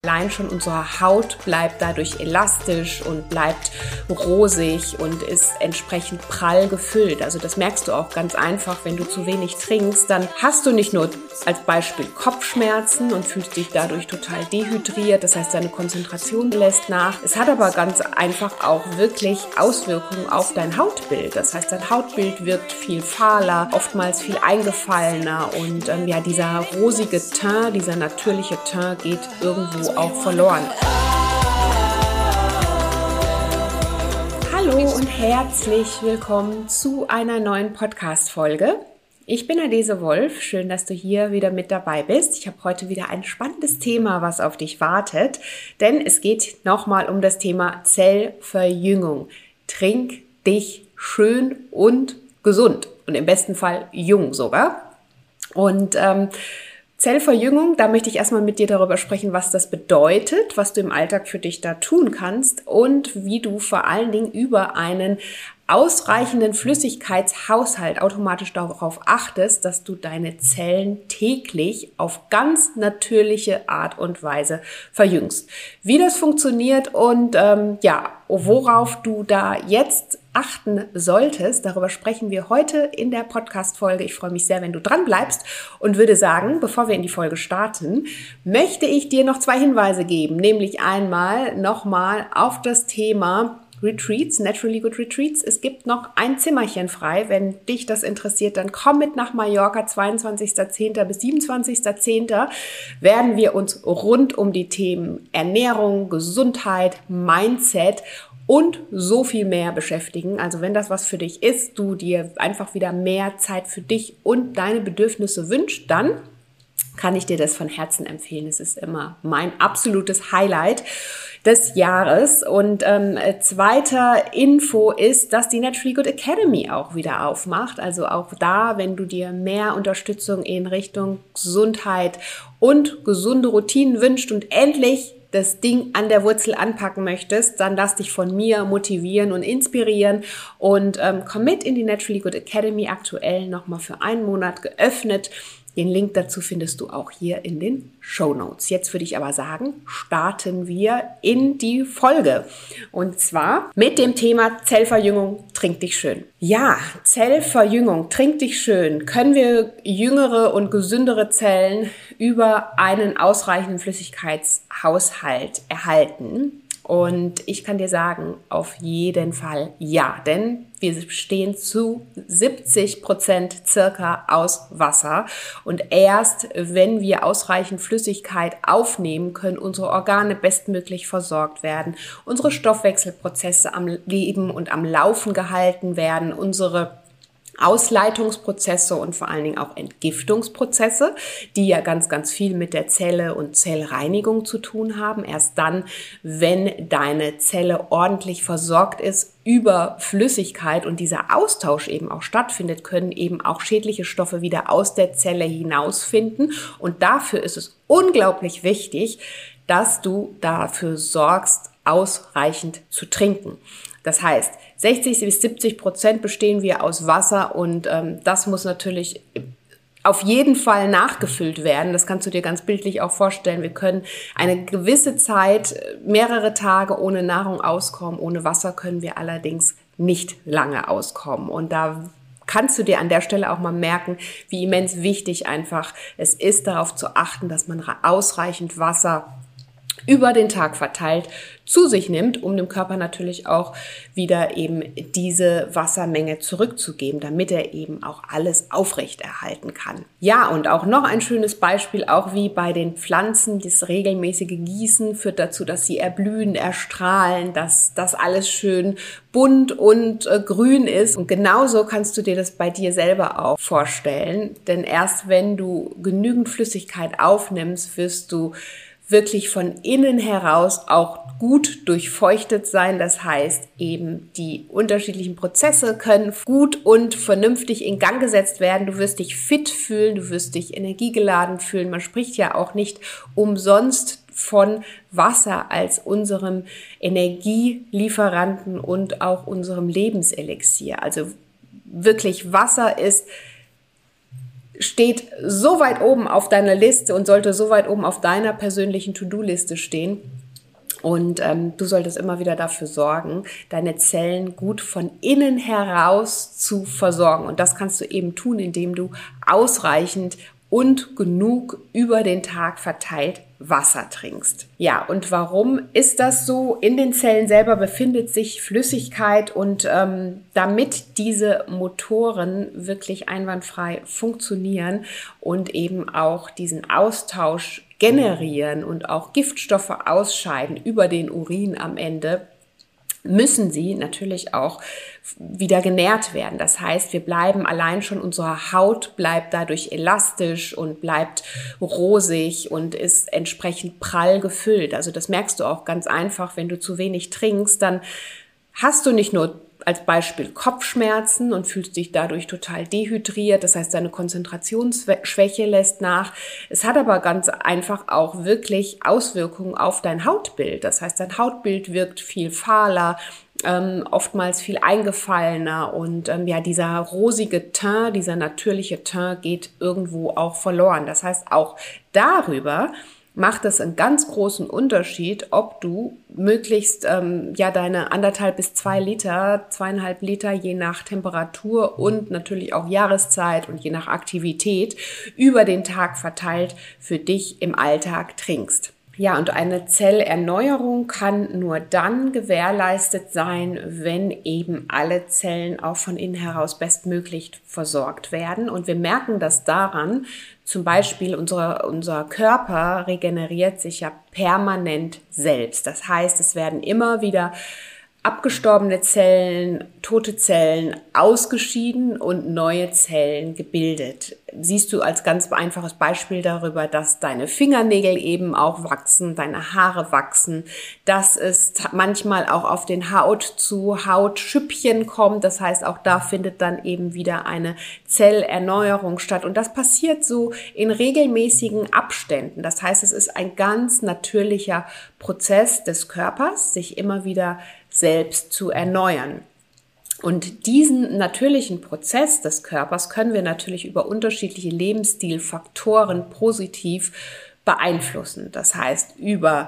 Allein schon unsere Haut bleibt dadurch elastisch und bleibt rosig und ist entsprechend prall gefüllt. Also das merkst du auch ganz einfach, wenn du zu wenig trinkst. Dann hast du nicht nur als Beispiel Kopfschmerzen und fühlst dich dadurch total dehydriert. Das heißt, deine Konzentration lässt nach. Es hat aber ganz einfach auch wirklich Auswirkungen auf dein Hautbild. Das heißt, dein Hautbild wirkt viel fahler, oftmals viel eingefallener und dieser rosige Teint, dieser natürliche Teint geht irgendwo auch verloren. Hallo und herzlich willkommen zu einer neuen Podcast-Folge. Ich bin Adese Wolf, schön, dass du hier wieder mit dabei bist. Ich habe heute wieder ein spannendes Thema, was auf dich wartet, denn es geht nochmal um das Thema Zellverjüngung. Trink dich schön und gesund und im besten Fall jung sogar. Und Zellverjüngung, da möchte ich erstmal mit dir darüber sprechen, was das bedeutet, was du im Alltag für dich da tun kannst und wie du vor allen Dingen über einen ausreichenden Flüssigkeitshaushalt automatisch darauf achtest, dass du deine Zellen täglich auf ganz natürliche Art und Weise verjüngst. Wie das funktioniert und worauf du da jetzt achten solltest, darüber sprechen wir heute in der Podcast-Folge. Ich freue mich sehr, wenn du dran bleibst und würde sagen, bevor wir in die Folge starten, möchte ich dir noch 2 Hinweise geben, nämlich einmal nochmal auf das Thema Retreats, Naturally Good Retreats. Es gibt noch ein Zimmerchen frei. Wenn dich das interessiert, dann komm mit nach Mallorca, 22.10. bis 27.10. werden wir uns rund um die Themen Ernährung, Gesundheit, Mindset und so viel mehr beschäftigen. Also wenn das was für dich ist, du dir einfach wieder mehr Zeit für dich und deine Bedürfnisse wünschst, dann kann ich dir das von Herzen empfehlen. Es ist immer mein absolutes Highlight des Jahres. Und zweiter Info ist, dass die Naturally Good Academy auch wieder aufmacht. Also auch da, wenn du dir mehr Unterstützung in Richtung Gesundheit und gesunde Routinen wünschst und endlich das Ding an der Wurzel anpacken möchtest, dann lass dich von mir motivieren und inspirieren und komm mit in die Naturally Good Academy, aktuell nochmal für 1 Monat geöffnet. Den Link dazu findest du auch hier in den Shownotes. Jetzt würde ich aber sagen, starten wir in die Folge. Und zwar mit dem Thema Zellverjüngung, trink dich schön. Ja, Zellverjüngung, trink dich schön. Können wir jüngere und gesündere Zellen über einen ausreichenden Flüssigkeitshaushalt erhalten? Und ich kann dir sagen, auf jeden Fall ja, denn wir bestehen zu 70% circa aus Wasser. Und erst wenn wir ausreichend Flüssigkeit aufnehmen, können unsere Organe bestmöglich versorgt werden, unsere Stoffwechselprozesse am Leben und am Laufen gehalten werden, unsere Ausleitungsprozesse und vor allen Dingen auch Entgiftungsprozesse, die ja ganz, ganz viel mit der Zelle und Zellreinigung zu tun haben. Erst dann, wenn deine Zelle ordentlich versorgt ist über Flüssigkeit und dieser Austausch eben auch stattfindet, können eben auch schädliche Stoffe wieder aus der Zelle hinausfinden. Und dafür ist es unglaublich wichtig, dass du dafür sorgst, ausreichend zu trinken. Das heißt, 60-70% bestehen wir aus Wasser und das muss natürlich auf jeden Fall nachgefüllt werden. Das kannst du dir ganz bildlich auch vorstellen. Wir können eine gewisse Zeit, mehrere Tage ohne Nahrung auskommen. Ohne Wasser können wir allerdings nicht lange auskommen. Und da kannst du dir an der Stelle auch mal merken, wie immens wichtig einfach es ist, darauf zu achten, dass man ausreichend Wasser über den Tag verteilt zu sich nimmt, um dem Körper natürlich auch wieder eben diese Wassermenge zurückzugeben, damit er eben auch alles aufrechterhalten kann. Ja, und auch noch ein schönes Beispiel, auch wie bei den Pflanzen, das regelmäßige Gießen führt dazu, dass sie erblühen, erstrahlen, dass das alles schön bunt und grün ist. Und genauso kannst du dir das bei dir selber auch vorstellen, denn erst wenn du genügend Flüssigkeit aufnimmst, wirst du wirklich von innen heraus auch gut durchfeuchtet sein. Das heißt, eben die unterschiedlichen Prozesse können gut und vernünftig in Gang gesetzt werden. Du wirst dich fit fühlen, du wirst dich energiegeladen fühlen. Man spricht ja auch nicht umsonst von Wasser als unserem Energielieferanten und auch unserem Lebenselixier. Also wirklich, Wasser ist steht so weit oben auf deiner Liste und sollte so weit oben auf deiner persönlichen To-Do-Liste stehen. Und du solltest immer wieder dafür sorgen, deine Zellen gut von innen heraus zu versorgen. Und das kannst du eben tun, indem du ausreichend und genug über den Tag verteilt Wasser trinkst. Ja, und warum ist das so? In den Zellen selber befindet sich Flüssigkeit und damit diese Motoren wirklich einwandfrei funktionieren und eben auch diesen Austausch generieren und auch Giftstoffe ausscheiden über den Urin am Ende, müssen sie natürlich auch wieder genährt werden. Das heißt, wir bleiben allein schon, unsere Haut bleibt dadurch elastisch und bleibt rosig und ist entsprechend prall gefüllt. Also das merkst du auch ganz einfach, wenn du zu wenig trinkst, dann hast du nicht nur als Beispiel Kopfschmerzen und fühlst dich dadurch total dehydriert. Das heißt, deine Konzentrationsschwäche lässt nach. Es hat aber ganz einfach auch wirklich Auswirkungen auf dein Hautbild. Das heißt, dein Hautbild wirkt viel fahler, oftmals viel eingefallener und dieser rosige Teint, dieser natürliche Teint geht irgendwo auch verloren. Das heißt, auch darüber macht es einen ganz großen Unterschied, ob du möglichst deine 1,5 bis 2 Liter, 2,5 Liter je nach Temperatur und natürlich auch Jahreszeit und je nach Aktivität über den Tag verteilt für dich im Alltag trinkst. Ja, und eine Zellerneuerung kann nur dann gewährleistet sein, wenn eben alle Zellen auch von innen heraus bestmöglich versorgt werden. Und wir merken das daran, zum Beispiel unser Körper regeneriert sich ja permanent selbst. Das heißt, es werden immer wieder abgestorbene Zellen, tote Zellen ausgeschieden und neue Zellen gebildet. Siehst du als ganz einfaches Beispiel darüber, dass deine Fingernägel eben auch wachsen, deine Haare wachsen, dass es manchmal auch auf den Haut zu Hautschüppchen kommt. Das heißt, auch da findet dann eben wieder eine Zellerneuerung statt. Und das passiert so in regelmäßigen Abständen. Das heißt, es ist ein ganz natürlicher Prozess des Körpers, sich immer wieder selbst zu erneuern. Und diesen natürlichen Prozess des Körpers können wir natürlich über unterschiedliche Lebensstilfaktoren positiv beeinflussen. Das heißt, über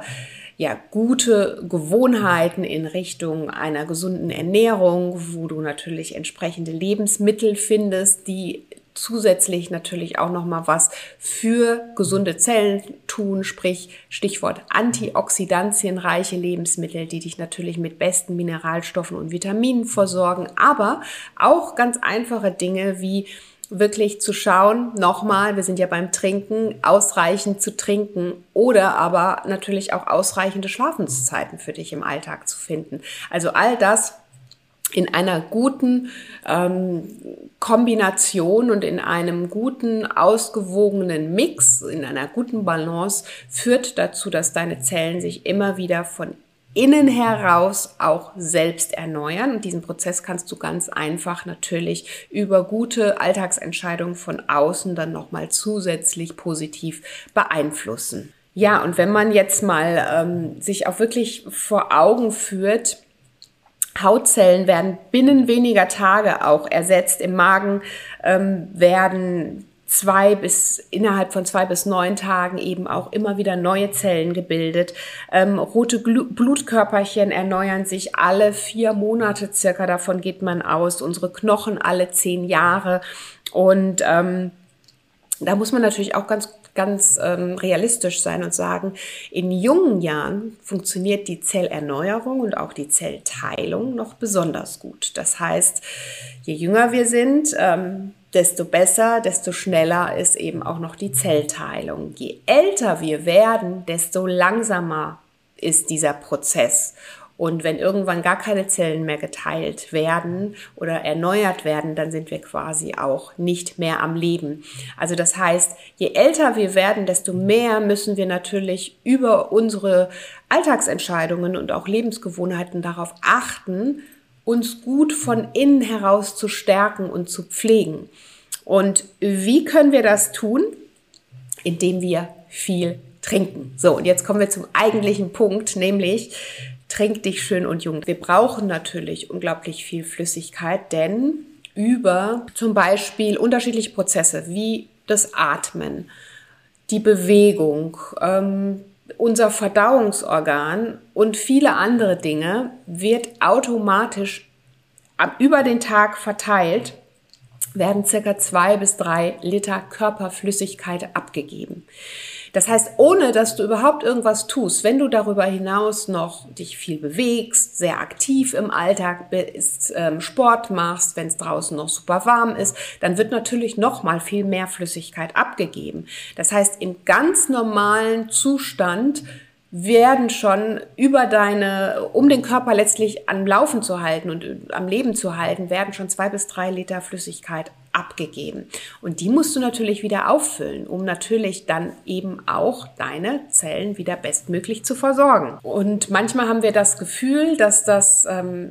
gute Gewohnheiten in Richtung einer gesunden Ernährung, wo du natürlich entsprechende Lebensmittel findest, die zusätzlich natürlich auch nochmal was für gesunde Zellen tun, sprich Stichwort antioxidantienreiche Lebensmittel, die dich natürlich mit besten Mineralstoffen und Vitaminen versorgen, aber auch ganz einfache Dinge wie wirklich zu schauen, nochmal, wir sind ja beim Trinken, ausreichend zu trinken oder aber natürlich auch ausreichende Schlafenszeiten für dich im Alltag zu finden. Also all das in einer guten Kombination und in einem guten, ausgewogenen Mix, in einer guten Balance führt dazu, dass deine Zellen sich immer wieder von innen heraus auch selbst erneuern. Und diesen Prozess kannst du ganz einfach natürlich über gute Alltagsentscheidungen von außen dann nochmal zusätzlich positiv beeinflussen. Ja, und wenn man jetzt mal sich auch wirklich vor Augen führt, Hautzellen werden binnen weniger Tage auch ersetzt. Im Magen werden innerhalb von 2 bis 9 Tagen eben auch immer wieder neue Zellen gebildet. Rote Blutkörperchen erneuern sich alle 4 Monate circa, davon geht man aus. Unsere Knochen alle 10 Jahre. Und da muss man natürlich auch ganz realistisch sein und sagen, in jungen Jahren funktioniert die Zellerneuerung und auch die Zellteilung noch besonders gut. Das heißt, je jünger wir sind, desto besser, desto schneller ist eben auch noch die Zellteilung. Je älter wir werden, desto langsamer ist dieser Prozess. Und wenn irgendwann gar keine Zellen mehr geteilt werden oder erneuert werden, dann sind wir quasi auch nicht mehr am Leben. Also das heißt, je älter wir werden, desto mehr müssen wir natürlich über unsere Alltagsentscheidungen und auch Lebensgewohnheiten darauf achten, uns gut von innen heraus zu stärken und zu pflegen. Und wie können wir das tun? Indem wir viel trinken. So, und jetzt kommen wir zum eigentlichen Punkt, nämlich trink dich schön und jung. Wir brauchen natürlich unglaublich viel Flüssigkeit, denn über zum Beispiel unterschiedliche Prozesse wie das Atmen, die Bewegung, unser Verdauungsorgan und viele andere Dinge wird automatisch über den Tag verteilt, werden circa 2 bis 3 Liter Körperflüssigkeit abgegeben. Das heißt, ohne dass du überhaupt irgendwas tust, wenn du darüber hinaus noch dich viel bewegst, sehr aktiv im Alltag bist, Sport machst, wenn es draußen noch super warm ist, dann wird natürlich noch mal viel mehr Flüssigkeit abgegeben. Das heißt, im ganz normalen Zustand werden schon um den Körper letztlich am Laufen zu halten und am Leben zu halten, werden schon 2 bis 3 Liter Flüssigkeit abgegeben. Und die musst du natürlich wieder auffüllen, um natürlich dann eben auch deine Zellen wieder bestmöglich zu versorgen. Und manchmal haben wir das Gefühl, dass das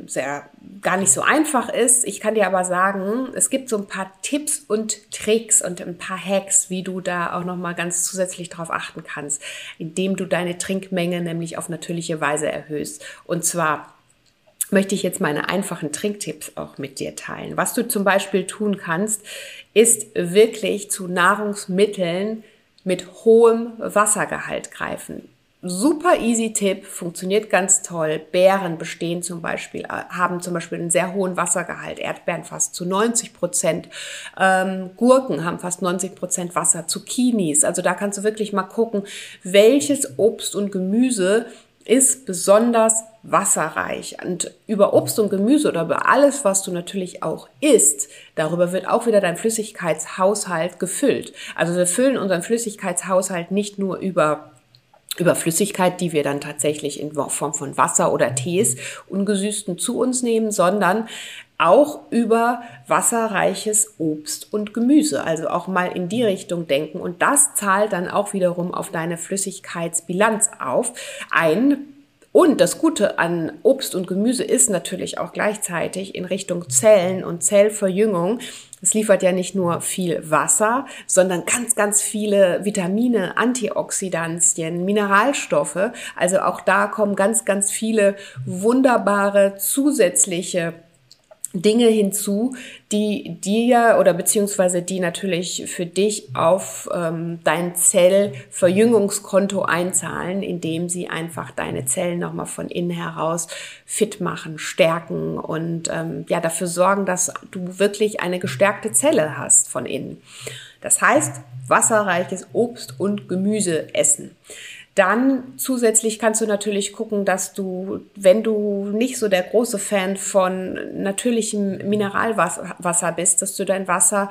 gar nicht so einfach ist. Ich kann dir aber sagen, es gibt so ein paar Tipps und Tricks und ein paar Hacks, wie du da auch nochmal ganz zusätzlich drauf achten kannst, indem du deine Trinkmenge nämlich auf natürliche Weise erhöhst. Und zwar möchte ich jetzt meine einfachen Trinktipps auch mit dir teilen. Was du zum Beispiel tun kannst, ist wirklich zu Nahrungsmitteln mit hohem Wassergehalt greifen. Super easy Tipp, funktioniert ganz toll. Beeren haben zum Beispiel einen sehr hohen Wassergehalt. Erdbeeren fast zu 90%. Gurken haben fast 90% Wasser. Zucchinis. Also da kannst du wirklich mal gucken, welches Obst und Gemüse ist besonders wasserreich. Und über Obst und Gemüse oder über alles, was du natürlich auch isst, darüber wird auch wieder dein Flüssigkeitshaushalt gefüllt. Also wir füllen unseren Flüssigkeitshaushalt nicht nur über Flüssigkeit, die wir dann tatsächlich in Form von Wasser oder Tees ungesüßten zu uns nehmen, sondern auch über wasserreiches Obst und Gemüse. Also auch mal in die Richtung denken. Und das zahlt dann auch wiederum auf deine Flüssigkeitsbilanz ein. Und das Gute an Obst und Gemüse ist natürlich auch gleichzeitig in Richtung Zellen und Zellverjüngung. Es liefert ja nicht nur viel Wasser, sondern ganz, ganz viele Vitamine, Antioxidantien, Mineralstoffe. Also auch da kommen ganz, ganz viele wunderbare zusätzliche Dinge hinzu, die dir oder beziehungsweise die natürlich für dich auf dein Zellverjüngungskonto einzahlen, indem sie einfach deine Zellen nochmal von innen heraus fit machen, stärken und dafür sorgen, dass du wirklich eine gestärkte Zelle hast von innen. Das heißt, wasserreiches Obst und Gemüse essen. Dann zusätzlich kannst du natürlich gucken, dass du, wenn du nicht so der große Fan von natürlichem Mineralwasser bist, dass du dein Wasser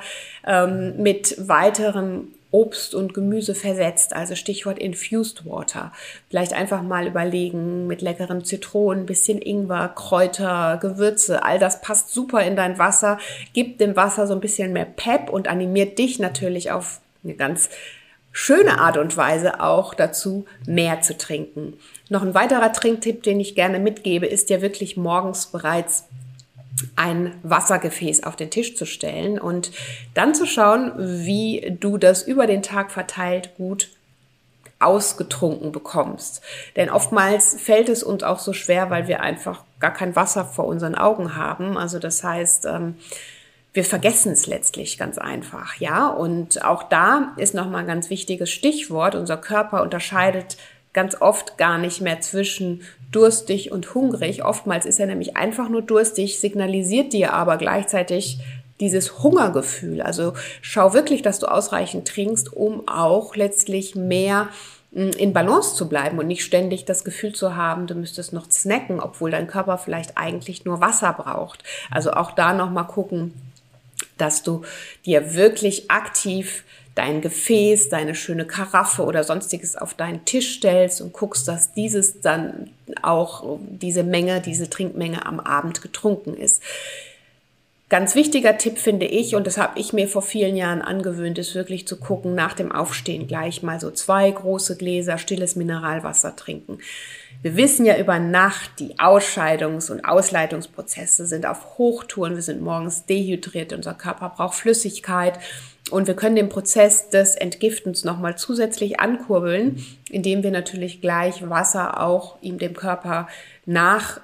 mit weiterem Obst und Gemüse versetzt, also Stichwort Infused Water. Vielleicht einfach mal überlegen mit leckerem Zitronen, bisschen Ingwer, Kräuter, Gewürze, all das passt super in dein Wasser, gibt dem Wasser so ein bisschen mehr Pep und animiert dich natürlich auf eine ganz schöne Art und Weise auch dazu, mehr zu trinken. Noch ein weiterer Trinktipp, den ich gerne mitgebe, ist ja wirklich morgens bereits ein Wassergefäß auf den Tisch zu stellen und dann zu schauen, wie du das über den Tag verteilt gut ausgetrunken bekommst. Denn oftmals fällt es uns auch so schwer, weil wir einfach gar kein Wasser vor unseren Augen haben. Also das heißt, wir vergessen es letztlich ganz einfach, ja. Und auch da ist nochmal ein ganz wichtiges Stichwort. Unser Körper unterscheidet ganz oft gar nicht mehr zwischen durstig und hungrig. Oftmals ist er nämlich einfach nur durstig, signalisiert dir aber gleichzeitig dieses Hungergefühl. Also schau wirklich, dass du ausreichend trinkst, um auch letztlich mehr in Balance zu bleiben und nicht ständig das Gefühl zu haben, du müsstest noch snacken, obwohl dein Körper vielleicht eigentlich nur Wasser braucht. Also auch da nochmal gucken, dass du dir wirklich aktiv dein Gefäß, deine schöne Karaffe oder sonstiges auf deinen Tisch stellst und guckst, dass dieses dann auch diese Trinkmenge am Abend getrunken ist. Ganz wichtiger Tipp finde ich, und das habe ich mir vor vielen Jahren angewöhnt, ist wirklich zu gucken, nach dem Aufstehen gleich mal so 2 große Gläser stilles Mineralwasser trinken. Wir wissen ja über Nacht, die Ausscheidungs- und Ausleitungsprozesse sind auf Hochtouren. Wir sind morgens dehydriert, unser Körper braucht Flüssigkeit und wir können den Prozess des Entgiftens nochmal zusätzlich ankurbeln, indem wir natürlich gleich Wasser auch dem Körper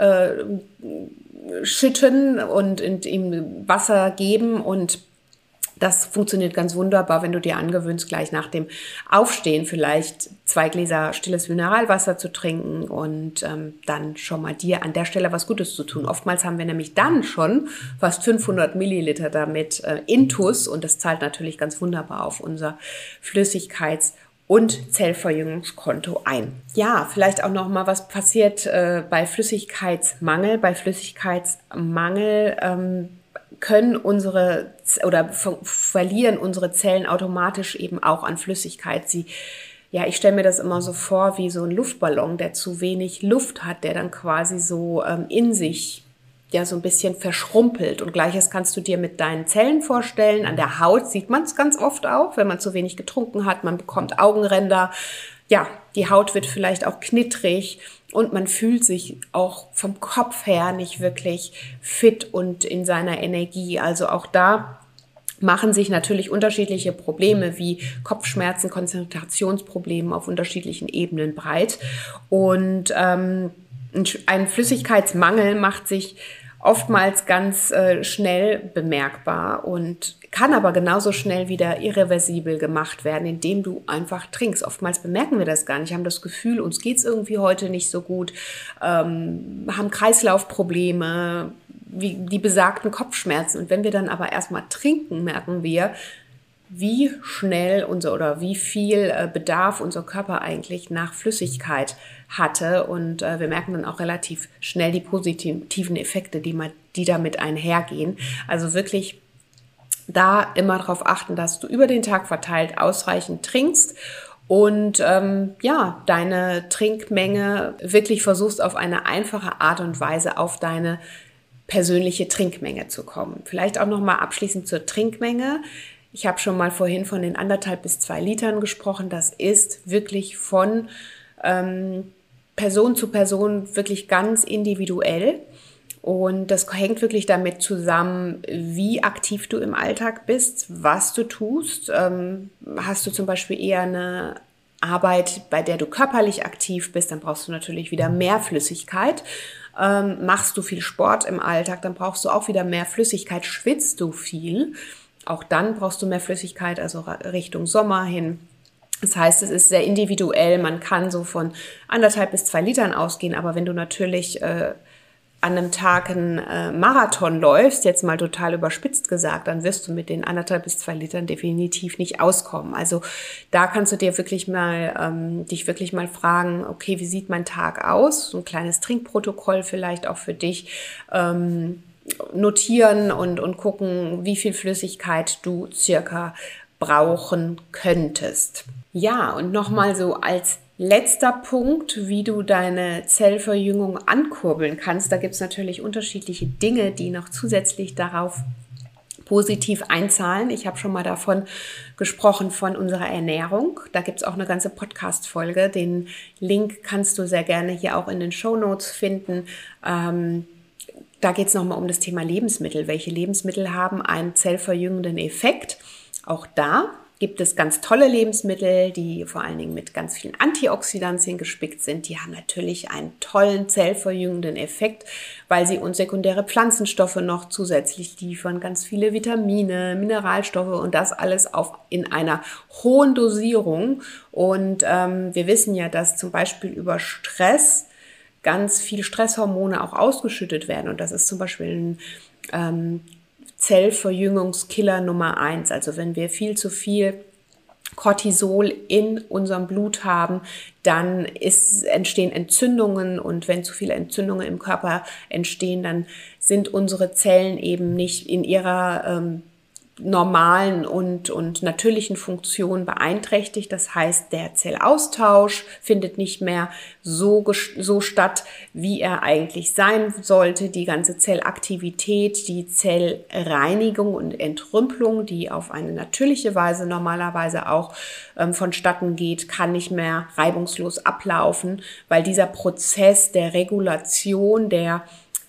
nachschütten und ihm Wasser geben und Das funktioniert ganz wunderbar, wenn du dir angewöhnst, gleich nach dem Aufstehen vielleicht 2 Gläser stilles Mineralwasser zu trinken und dann schon mal dir an der Stelle was Gutes zu tun. Oftmals haben wir nämlich dann schon fast 500 Milliliter damit intus und das zahlt natürlich ganz wunderbar auf unser Flüssigkeits- und Zellverjüngungskonto ein. Ja, vielleicht auch noch mal, was passiert bei Flüssigkeitsmangel. Bei Flüssigkeitsmangel können verlieren unsere Zellen automatisch eben auch an Flüssigkeit. Ich stelle mir das immer so vor wie so ein Luftballon, der zu wenig Luft hat, der dann quasi so in sich so ein bisschen verschrumpelt. Und Gleiches kannst du dir mit deinen Zellen vorstellen. An der Haut sieht man es ganz oft auch, wenn man zu wenig getrunken hat. Man bekommt Augenränder. Ja, die Haut wird vielleicht auch knittrig. Und man fühlt sich auch vom Kopf her nicht wirklich fit und in seiner Energie. Also auch da machen sich natürlich unterschiedliche Probleme wie Kopfschmerzen, Konzentrationsprobleme auf unterschiedlichen Ebenen breit. Und ein Flüssigkeitsmangel macht sich oftmals ganz schnell bemerkbar und kann aber genauso schnell wieder irreversibel gemacht werden, indem du einfach trinkst. Oftmals bemerken wir das gar nicht, haben das Gefühl, uns geht's irgendwie heute nicht so gut, haben Kreislaufprobleme, wie die besagten Kopfschmerzen. Und wenn wir dann aber erstmal trinken, merken wir, wie schnell wie viel Bedarf unser Körper eigentlich nach Flüssigkeit hatte. Und wir merken dann auch relativ schnell die positiven Effekte, die damit einhergehen. Also wirklich da immer darauf achten, dass du über den Tag verteilt ausreichend trinkst und deine Trinkmenge wirklich versuchst auf eine einfache Art und Weise auf deine persönliche Trinkmenge zu kommen. Vielleicht auch nochmal abschließend zur Trinkmenge. Ich habe schon mal vorhin von den 1,5 bis 2 Litern gesprochen. Das ist wirklich von Person zu Person wirklich ganz individuell. Und das hängt wirklich damit zusammen, wie aktiv du im Alltag bist, was du tust. Hast du zum Beispiel eher eine Arbeit, bei der du körperlich aktiv bist, dann brauchst du natürlich wieder mehr Flüssigkeit. Machst du viel Sport im Alltag, dann brauchst du auch wieder mehr Flüssigkeit. Schwitzt du viel, auch dann brauchst du mehr Flüssigkeit, also Richtung Sommer hin. Das heißt, es ist sehr individuell. Man kann so von 1,5 bis 2 Litern ausgehen, aber wenn du natürlich an einem Tag einen Marathon läufst, jetzt mal total überspitzt gesagt, dann wirst du mit den 1,5 bis 2 Litern definitiv nicht auskommen. Also da kannst du dir wirklich mal fragen, okay, wie sieht mein Tag aus? So ein kleines Trinkprotokoll vielleicht auch für dich notieren und gucken, wie viel Flüssigkeit du circa brauchen könntest. Ja, und nochmal so als letzter Punkt, wie du deine Zellverjüngung ankurbeln kannst. Da gibt es natürlich unterschiedliche Dinge, die noch zusätzlich darauf positiv einzahlen. Ich habe schon mal davon gesprochen, von unserer Ernährung. Da gibt es auch eine ganze Podcast-Folge. Den Link kannst du sehr gerne hier auch in den Shownotes finden. Da geht es nochmal um das Thema Lebensmittel. Welche Lebensmittel haben einen zellverjüngenden Effekt? Auch da gibt es ganz tolle Lebensmittel, die vor allen Dingen mit ganz vielen Antioxidantien gespickt sind. Die haben natürlich einen tollen zellverjüngenden Effekt, weil sie uns sekundäre Pflanzenstoffe noch zusätzlich liefern, ganz viele Vitamine, Mineralstoffe und das alles in einer hohen Dosierung. Und wir wissen ja, dass zum Beispiel über Stress ganz viele Stresshormone auch ausgeschüttet werden. Und das ist zum Beispiel ein Zellverjüngungskiller Nummer 1. Also wenn wir viel zu viel Cortisol in unserem Blut haben, dann entstehen Entzündungen und wenn zu viele Entzündungen im Körper entstehen, dann sind unsere Zellen eben nicht in ihrer normalen und natürlichen Funktion beeinträchtigt. Das heißt, der Zellaustausch findet nicht mehr so statt, wie er eigentlich sein sollte. Die ganze Zellaktivität, die Zellreinigung und Entrümpelung, die auf eine natürliche Weise normalerweise auch vonstatten geht, kann nicht mehr reibungslos ablaufen, weil dieser Prozess der Regulation, der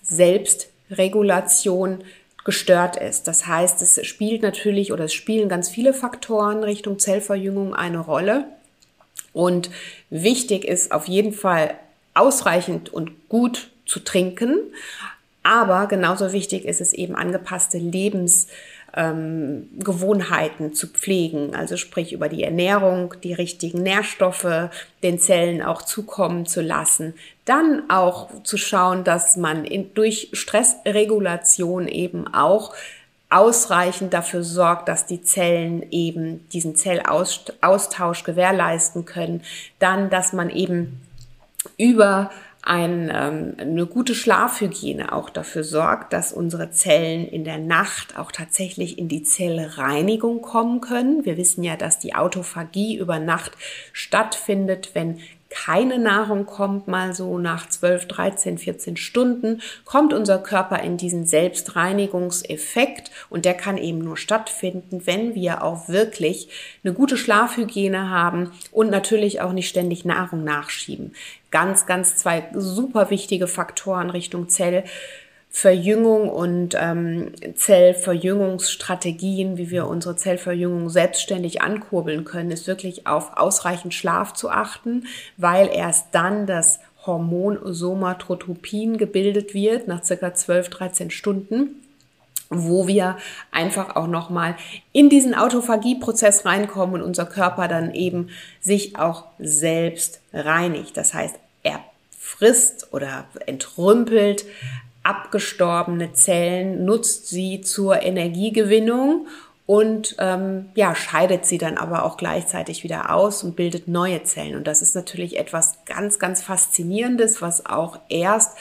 Selbstregulation gestört ist. Das heißt, es spielen ganz viele Faktoren Richtung Zellverjüngung eine Rolle. Und wichtig ist auf jeden Fall ausreichend und gut zu trinken. Aber genauso wichtig ist es eben angepasste Lebensweise Gewohnheiten zu pflegen, also sprich über die Ernährung, die richtigen Nährstoffe den Zellen auch zukommen zu lassen. Dann auch zu schauen, dass man durch Stressregulation eben auch ausreichend dafür sorgt, dass die Zellen eben diesen Zellaustausch gewährleisten können. Dann, dass man eben über eine gute Schlafhygiene auch dafür sorgt, dass unsere Zellen in der Nacht auch tatsächlich in die Zellreinigung kommen können. Wir wissen ja, dass die Autophagie über Nacht stattfindet, wenn keine Nahrung kommt, mal so nach 12, 13, 14 Stunden, kommt unser Körper in diesen Selbstreinigungseffekt und der kann eben nur stattfinden, wenn wir auch wirklich eine gute Schlafhygiene haben und natürlich auch nicht ständig Nahrung nachschieben. Ganz, ganz zwei super wichtige Faktoren Richtung Zellverjüngung und Zellverjüngungsstrategien, wie wir unsere Zellverjüngung selbstständig ankurbeln können, ist wirklich auf ausreichend Schlaf zu achten, weil erst dann das Hormon Somatotropin gebildet wird, nach circa 12, 13 Stunden, wo wir einfach auch nochmal in diesen Autophagieprozess reinkommen und unser Körper dann eben sich auch selbst reinigt. Das heißt, er frisst oder entrümpelt abgestorbene Zellen, nutzt sie zur Energiegewinnung und scheidet sie dann aber auch gleichzeitig wieder aus und bildet neue Zellen. Und das ist natürlich etwas ganz, ganz Faszinierendes, was auch erst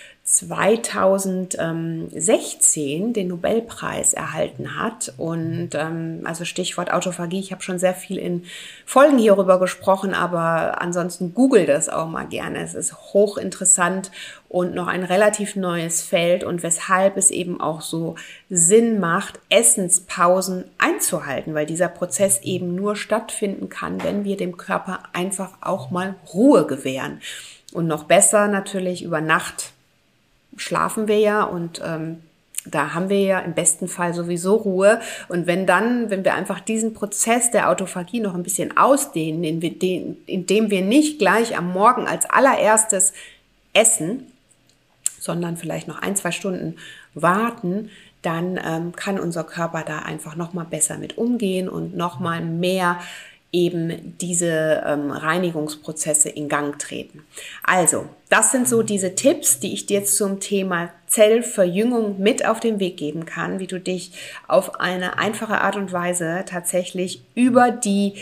2016 den Nobelpreis erhalten hat und also Stichwort Autophagie, ich habe schon sehr viel in Folgen hierüber gesprochen, aber ansonsten google das auch mal gerne. Es ist hochinteressant und noch ein relativ neues Feld und weshalb es eben auch so Sinn macht, Essenspausen einzuhalten, weil dieser Prozess eben nur stattfinden kann, wenn wir dem Körper einfach auch mal Ruhe gewähren. Und noch besser natürlich über Nacht schlafen wir ja und da haben wir ja im besten Fall sowieso Ruhe. Und wenn wir einfach diesen Prozess der Autophagie noch ein bisschen ausdehnen, indem wir nicht gleich am Morgen als allererstes essen, sondern vielleicht noch 1, 2 Stunden warten, dann kann unser Körper da einfach nochmal besser mit umgehen und nochmal mehr eben diese Reinigungsprozesse in Gang treten. Also, das sind so diese Tipps, die ich dir zum Thema Zellverjüngung mit auf den Weg geben kann, wie du dich auf eine einfache Art und Weise tatsächlich über die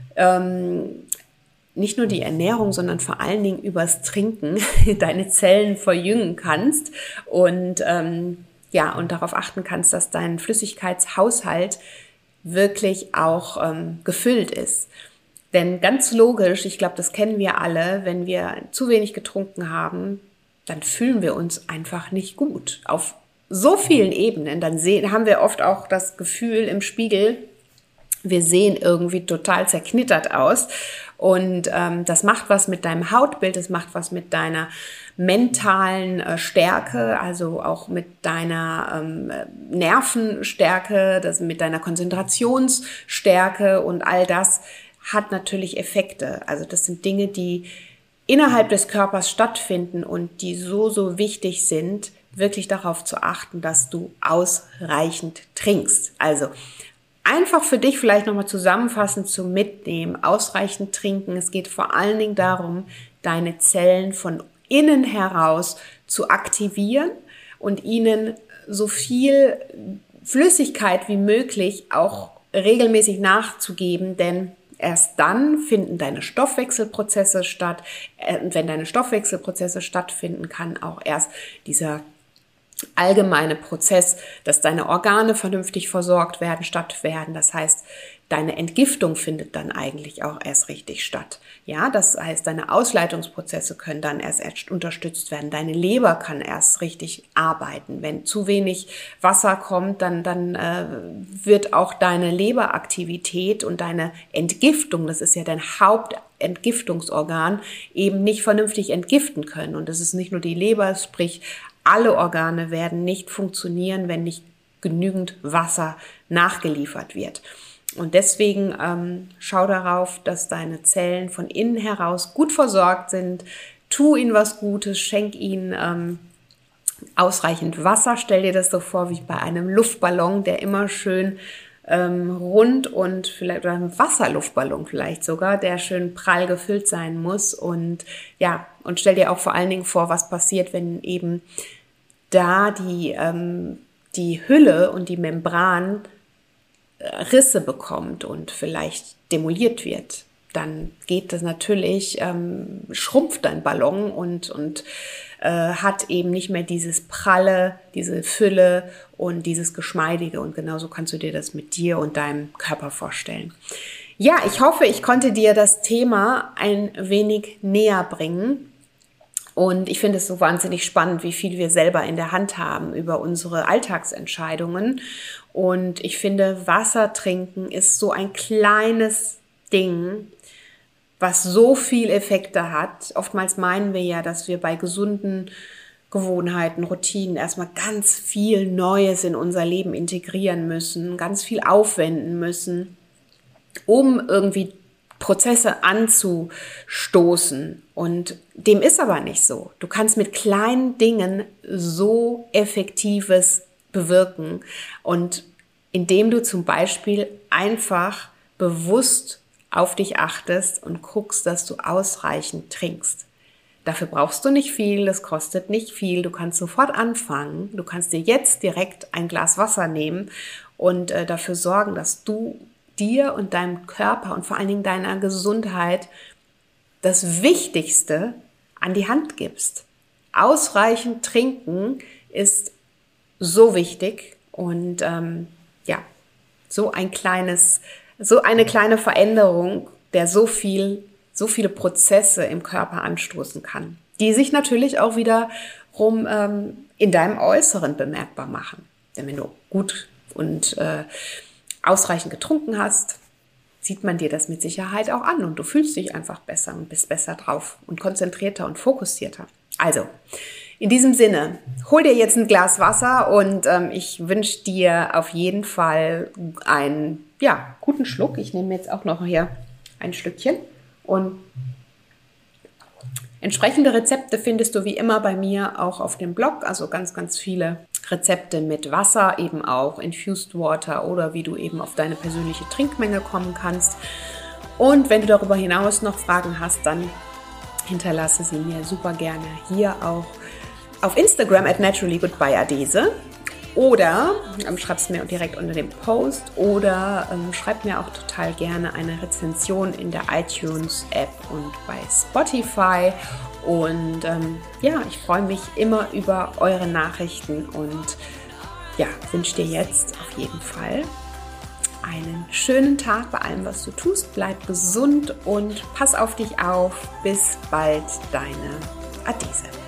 nicht nur die Ernährung, sondern vor allen Dingen übers Trinken deine Zellen verjüngen kannst und und darauf achten kannst, dass dein Flüssigkeitshaushalt wirklich auch gefüllt ist. Denn ganz logisch, ich glaube, das kennen wir alle, wenn wir zu wenig getrunken haben, dann fühlen wir uns einfach nicht gut. Auf so vielen Ebenen. Dann haben wir oft auch das Gefühl im Spiegel, wir sehen irgendwie total zerknittert aus. Und das macht was mit deinem Hautbild, das macht was mit deiner mentalen Stärke, also auch mit deiner Nervenstärke, mit deiner Konzentrationsstärke und all das hat natürlich Effekte. Also das sind Dinge, die innerhalb des Körpers stattfinden und die so, so wichtig sind, wirklich darauf zu achten, dass du ausreichend trinkst. Also einfach für dich vielleicht nochmal zusammenfassend zum Mitnehmen, ausreichend trinken. Es geht vor allen Dingen darum, deine Zellen von innen heraus zu aktivieren und ihnen so viel Flüssigkeit wie möglich auch regelmäßig nachzugeben, denn erst dann finden deine Stoffwechselprozesse statt. Und wenn deine Stoffwechselprozesse stattfinden, kann auch erst dieser allgemeine Prozess, dass deine Organe vernünftig versorgt werden, stattfinden. Das heißt, deine Entgiftung findet dann eigentlich auch erst richtig statt. Ja, das heißt, deine Ausleitungsprozesse können dann erst unterstützt werden. Deine Leber kann erst richtig arbeiten. Wenn zu wenig Wasser kommt, dann wird auch deine Leberaktivität und deine Entgiftung, das ist ja dein Hauptentgiftungsorgan, eben nicht vernünftig entgiften können. Und das ist nicht nur die Leber, sprich alle Organe werden nicht funktionieren, wenn nicht genügend Wasser nachgeliefert wird. Und deswegen schau darauf, dass deine Zellen von innen heraus gut versorgt sind. Tu ihnen was Gutes, schenk ihnen ausreichend Wasser. Stell dir das so vor wie bei einem Luftballon, der immer schön rund und vielleicht, oder ein Wasserluftballon vielleicht sogar, der schön prall gefüllt sein muss. Und ja, und stell dir auch vor allen Dingen vor, was passiert, wenn eben da die Hülle und die Membran Risse bekommt und vielleicht demoliert wird. Dann geht das natürlich, schrumpft dein Ballon und hat eben nicht mehr dieses Pralle, diese Fülle und dieses Geschmeidige. Und genauso kannst du dir das mit dir und deinem Körper vorstellen. Ja, ich hoffe, ich konnte dir das Thema ein wenig näher bringen. Und ich finde es so wahnsinnig spannend, wie viel wir selber in der Hand haben über unsere Alltagsentscheidungen. Und ich finde, Wasser trinken ist so ein kleines Ding, was so viel Effekte hat. Oftmals meinen wir ja, dass wir bei gesunden Gewohnheiten, Routinen erstmal ganz viel Neues in unser Leben integrieren müssen, ganz viel aufwenden müssen, um irgendwie Prozesse anzustoßen. Und dem ist aber nicht so. Du kannst mit kleinen Dingen so Effektives bewirken. Und indem du zum Beispiel einfach bewusst auf dich achtest und guckst, dass du ausreichend trinkst. Dafür brauchst du nicht viel, das kostet nicht viel, du kannst sofort anfangen, du kannst dir jetzt direkt ein Glas Wasser nehmen und dafür sorgen, dass du dir und deinem Körper und vor allen Dingen deiner Gesundheit das Wichtigste an die Hand gibst. Ausreichend trinken ist so wichtig und so eine kleine Veränderung, der so viele Prozesse im Körper anstoßen kann, die sich natürlich auch wiederum in deinem Äußeren bemerkbar machen. Denn wenn du gut und ausreichend getrunken hast, sieht man dir das mit Sicherheit auch an und du fühlst dich einfach besser und bist besser drauf und konzentrierter und fokussierter. Also, in diesem Sinne, hol dir jetzt ein Glas Wasser und ich wünsche dir auf jeden Fall einen guten Schluck. Ich nehme jetzt auch noch hier ein Stückchen und entsprechende Rezepte findest du wie immer bei mir auch auf dem Blog, also ganz, ganz viele Rezepte mit Wasser, eben auch Infused Water oder wie du eben auf deine persönliche Trinkmenge kommen kannst. Und wenn du darüber hinaus noch Fragen hast, dann hinterlasse sie mir super gerne hier auch auf Instagram @naturallygoodbyeadese oder schreib es mir direkt unter dem Post oder schreib mir auch total gerne eine Rezension in der iTunes-App und bei Spotify. Und ich freue mich immer über eure Nachrichten und wünsche dir jetzt auf jeden Fall einen schönen Tag bei allem, was du tust. Bleib gesund und pass auf dich auf. Bis bald, deine Adese.